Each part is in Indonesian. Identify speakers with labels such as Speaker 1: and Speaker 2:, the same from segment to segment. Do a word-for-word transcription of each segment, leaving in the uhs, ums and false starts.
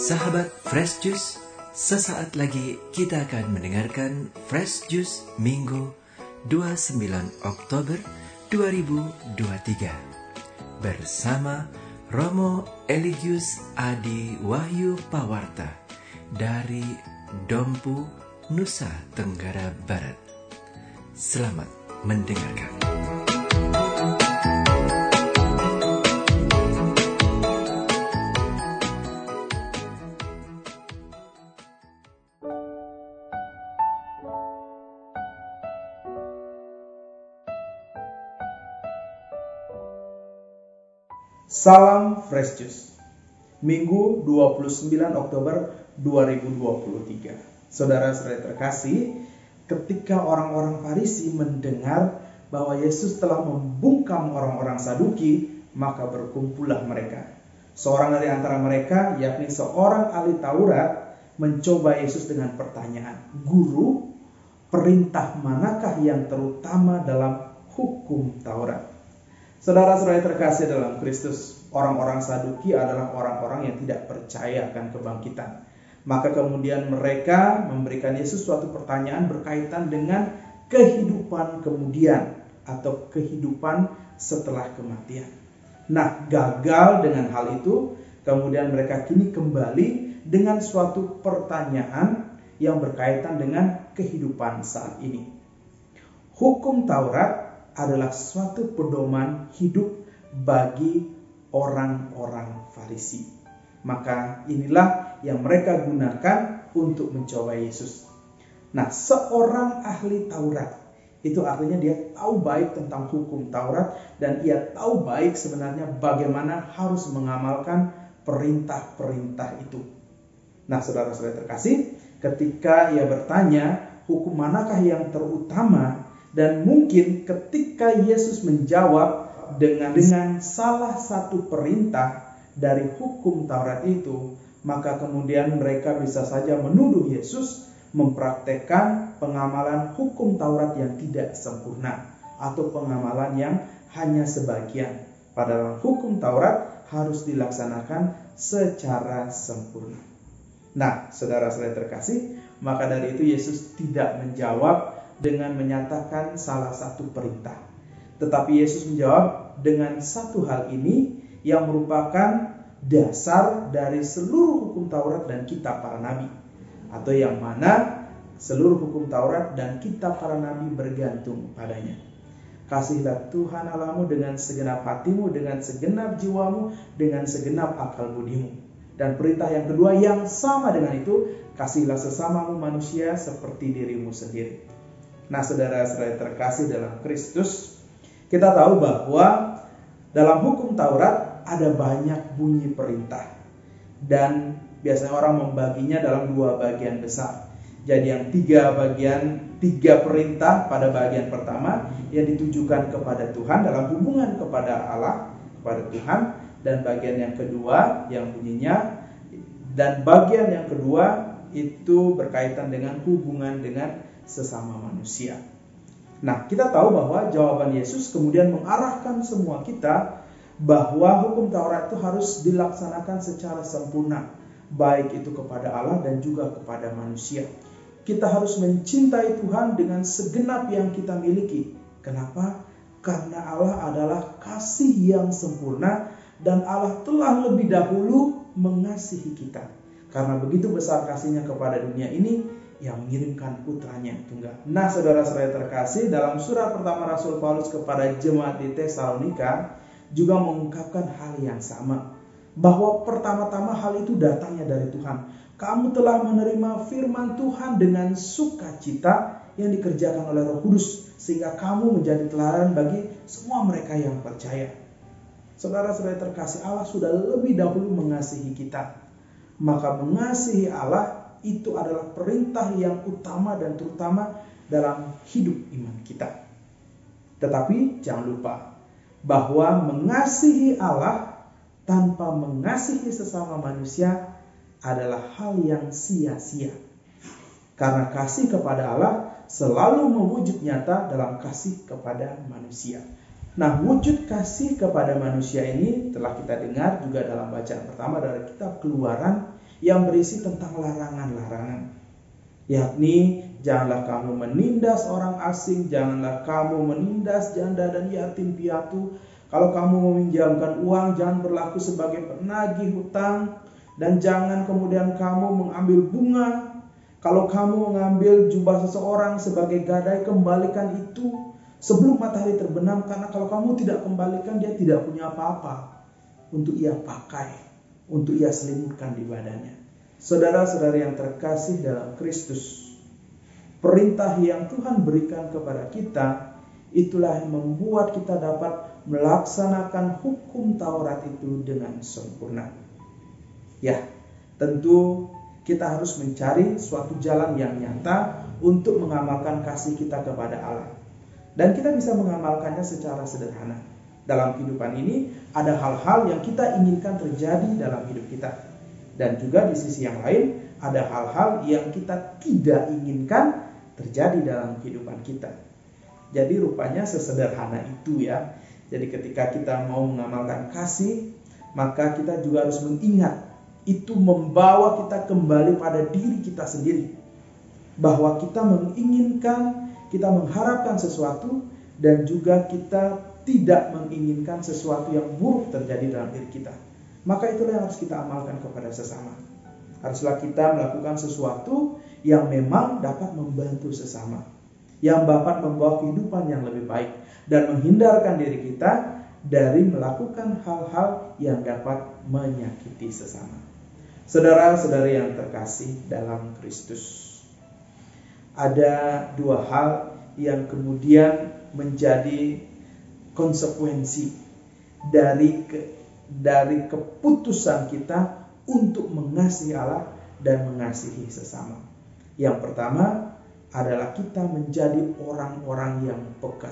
Speaker 1: Sahabat Fresh Juice, sesaat lagi kita akan mendengarkan Fresh Juice Minggu dua puluh sembilan Oktober dua ribu dua puluh tiga bersama Romo Eligius Adi Wahyu Pawarta dari Dompu, Nusa Tenggara Barat. Selamat mendengarkan.
Speaker 2: Salam Fresh Juice, Minggu dua puluh sembilan Oktober dua ribu dua puluh tiga. Saudara-saudara terkasih, ketika orang-orang Farisi mendengar bahwa Yesus telah membungkam orang-orang Saduki, maka berkumpullah mereka. Seorang dari antara mereka, yakni seorang ahli Taurat, mencoba Yesus dengan pertanyaan, "Guru, perintah manakah yang terutama dalam hukum Taurat?" Saudara-saudara terkasih dalam Kristus, orang-orang Saduki adalah orang-orang yang tidak percaya akan kebangkitan. Maka kemudian mereka memberikan Yesus suatu pertanyaan berkaitan dengan kehidupan kemudian atau kehidupan setelah kematian. Nah, gagal dengan hal itu, kemudian mereka kini kembali dengan suatu pertanyaan yang berkaitan dengan kehidupan saat ini. Hukum Taurat adalah suatu pedoman hidup bagi orang-orang Farisi. Maka inilah yang mereka gunakan untuk mencoba Yesus. Nah, seorang ahli Taurat, itu artinya dia tahu baik tentang hukum Taurat dan ia tahu baik sebenarnya bagaimana harus mengamalkan perintah-perintah itu. Nah, saudara-saudara terkasih, ketika ia bertanya hukum manakah yang terutama, dan mungkin ketika Yesus menjawab dengan dengan salah satu perintah dari hukum Taurat itu, maka kemudian mereka bisa saja menuduh Yesus mempraktekkan pengamalan hukum Taurat yang tidak sempurna atau pengamalan yang hanya sebagian. Padahal hukum Taurat harus dilaksanakan secara sempurna. Nah, saudara-saudara terkasih, maka dari itu Yesus tidak menjawab dengan menyatakan salah satu perintah. Tetapi Yesus menjawab dengan satu hal ini yang merupakan dasar dari seluruh hukum Taurat dan kitab para nabi. Atau yang mana seluruh hukum Taurat dan kitab para nabi bergantung padanya. Kasihlah Tuhan Allahmu dengan segenap hatimu, dengan segenap jiwamu, dengan segenap akal budimu. Dan perintah yang kedua yang sama dengan itu, kasihlah sesamamu manusia seperti dirimu sendiri. Nah, saudara-saudara terkasih dalam Kristus, kita tahu bahwa dalam hukum Taurat ada banyak bunyi perintah. Dan biasanya orang membaginya dalam dua bagian besar. Jadi yang tiga bagian, tiga perintah pada bagian pertama yang ditujukan kepada Tuhan dalam hubungan kepada Allah, kepada Tuhan. Dan bagian yang kedua yang bunyinya, dan bagian yang kedua itu berkaitan dengan hubungan dengan sesama manusia. Nah, kita tahu bahwa jawaban Yesus kemudian mengarahkan semua kita bahwa hukum Taurat itu harus dilaksanakan secara sempurna, baik itu kepada Allah dan juga kepada manusia. Kita harus mencintai Tuhan dengan segenap yang kita miliki. Kenapa? Karena Allah adalah kasih yang sempurna dan Allah telah lebih dahulu mengasihi kita. Karena begitu besar kasihnya kepada dunia ini, yang mengirimkan putranya yang tunggal. Nah, saudara-saudara terkasih, dalam surat pertama Rasul Paulus kepada jemaat di Tesalonika juga mengungkapkan hal yang sama, bahwa pertama-tama hal itu datangnya dari Tuhan. Kamu telah menerima firman Tuhan dengan sukacita yang dikerjakan oleh Roh Kudus, sehingga kamu menjadi teladan bagi semua mereka yang percaya. Saudara-saudara terkasih, Allah sudah lebih dahulu mengasihi kita. Maka mengasihi Allah itu adalah perintah yang utama dan terutama dalam hidup iman kita. Tetapi jangan lupa bahwa mengasihi Allah tanpa mengasihi sesama manusia adalah hal yang sia-sia. Karena kasih kepada Allah selalu mewujud nyata dalam kasih kepada manusia. Nah, wujud kasih kepada manusia ini telah kita dengar juga dalam bacaan pertama dari kitab Keluaran yang berisi tentang larangan-larangan. Yakni, janganlah kamu menindas orang asing, janganlah kamu menindas janda dan yatim piatu. Kalau kamu meminjamkan uang, jangan berlaku sebagai penagih hutang, dan jangan kemudian kamu mengambil bunga. Kalau kamu mengambil jubah seseorang sebagai gadai, kembalikan itu sebelum matahari terbenam, karena kalau kamu tidak kembalikan, dia tidak punya apa-apa untuk ia pakai, untuk ia selimutkan di badannya. Saudara-saudari yang terkasih dalam Kristus, perintah yang Tuhan berikan kepada kita, itulah yang membuat kita dapat melaksanakan hukum Taurat itu dengan sempurna. Ya, tentu kita harus mencari suatu jalan yang nyata untuk mengamalkan kasih kita kepada Allah. Dan kita bisa mengamalkannya secara sederhana. Dalam kehidupan ini ada hal-hal yang kita inginkan terjadi dalam hidup kita. Dan juga di sisi yang lain ada hal-hal yang kita tidak inginkan terjadi dalam kehidupan kita. Jadi rupanya sesederhana itu ya. Jadi ketika kita mau mengamalkan kasih, maka kita juga harus mengingat itu membawa kita kembali pada diri kita sendiri. Bahwa kita menginginkan, kita mengharapkan sesuatu, dan juga kita tidak menginginkan sesuatu yang buruk terjadi dalam diri kita. Maka itulah yang harus kita amalkan kepada sesama. Haruslah kita melakukan sesuatu yang memang dapat membantu sesama, yang dapat membawa kehidupan yang lebih baik, dan menghindarkan diri kita dari melakukan hal-hal yang dapat menyakiti sesama. Saudara-saudari yang terkasih dalam Kristus, ada dua hal yang kemudian menjadi konsekuensi dari ke, dari keputusan kita untuk mengasihi Allah dan mengasihi sesama. Yang pertama adalah kita menjadi orang-orang yang peka.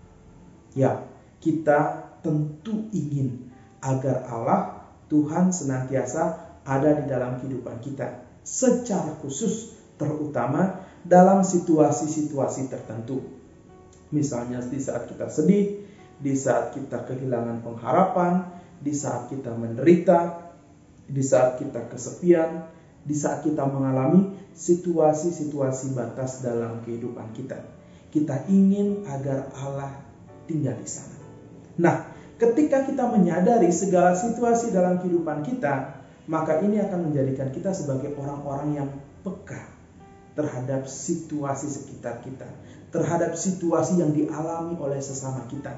Speaker 2: Ya, kita tentu ingin agar Allah, Tuhan, senantiasa ada di dalam kehidupan kita, secara khusus terutama dalam situasi-situasi tertentu. Misalnya di saat kita sedih, di saat kita kehilangan pengharapan, di saat kita menderita, di saat kita kesepian, di saat kita mengalami situasi-situasi batas dalam kehidupan kita. Kita ingin agar Allah tinggal di sana. Nah, ketika kita menyadari segala situasi dalam kehidupan kita, maka ini akan menjadikan kita sebagai orang-orang yang peka terhadap situasi sekitar kita, terhadap situasi yang dialami oleh sesama kita.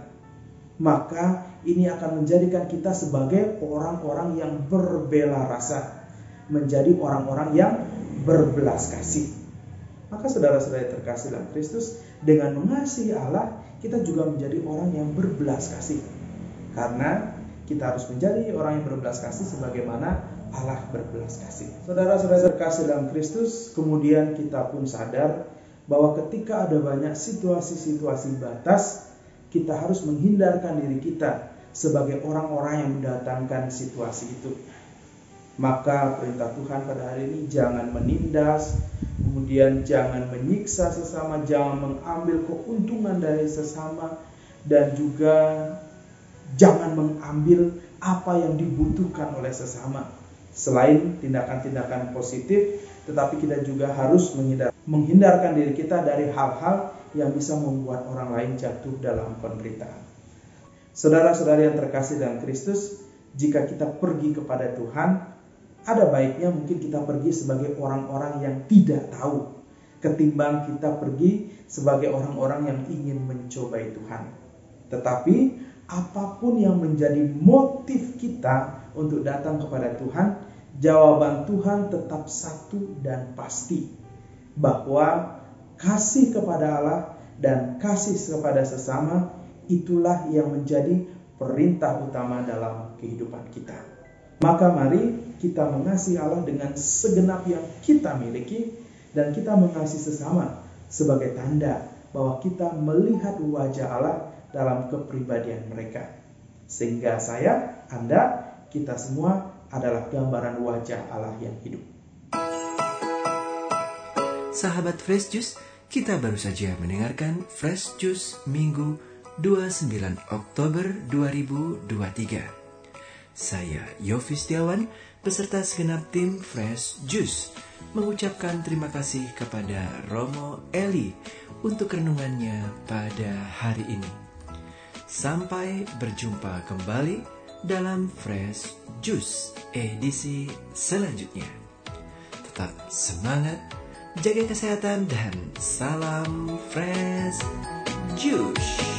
Speaker 2: Maka ini akan menjadikan kita sebagai orang-orang yang berbela rasa, menjadi orang-orang yang berbelas kasih. Maka saudara-saudara terkasih dalam Kristus, dengan mengasihi Allah, kita juga menjadi orang yang berbelas kasih. Karena kita harus menjadi orang yang berbelas kasih sebagaimana Allah berbelas kasih. Saudara-saudara terkasih dalam Kristus, kemudian kita pun sadar bahwa ketika ada banyak situasi-situasi batas, kita harus menghindarkan diri kita sebagai orang-orang yang mendatangkan situasi itu. Maka perintah Tuhan pada hari ini, jangan menindas, kemudian jangan menyiksa sesama, jangan mengambil keuntungan dari sesama, dan juga jangan mengambil apa yang dibutuhkan oleh sesama. Selain tindakan-tindakan positif, tetapi kita juga harus menghindar, menghindarkan diri kita dari hal-hal yang bisa membuat orang lain jatuh dalam penderitaan. Saudara-saudari yang terkasih dalam Kristus, jika kita pergi kepada Tuhan, ada baiknya mungkin kita pergi sebagai orang-orang yang tidak tahu, ketimbang kita pergi sebagai orang-orang yang ingin mencobai Tuhan. Tetapi apapun yang menjadi motif kita untuk datang kepada Tuhan, jawaban Tuhan tetap satu dan pasti, bahwa kasih kepada Allah dan kasih kepada sesama itulah yang menjadi perintah utama dalam kehidupan kita. Maka mari kita mengasihi Allah dengan segenap yang kita miliki, dan kita mengasihi sesama sebagai tanda bahwa kita melihat wajah Allah dalam kepribadian mereka. Sehingga saya, Anda, kita semua adalah gambaran wajah Allah yang hidup.
Speaker 1: Sahabat Fresh Juice, kita baru saja mendengarkan Fresh Juice Minggu dua puluh sembilan Oktober dua ribu dua puluh tiga. Saya Yofi Setiawan beserta segenap tim Fresh Juice mengucapkan terima kasih kepada Romo Eli untuk renungannya pada hari ini. Sampai berjumpa kembali dalam Fresh Juice edisi selanjutnya. Tetap semangat, jaga kesehatan, dan salam Fresh Juice.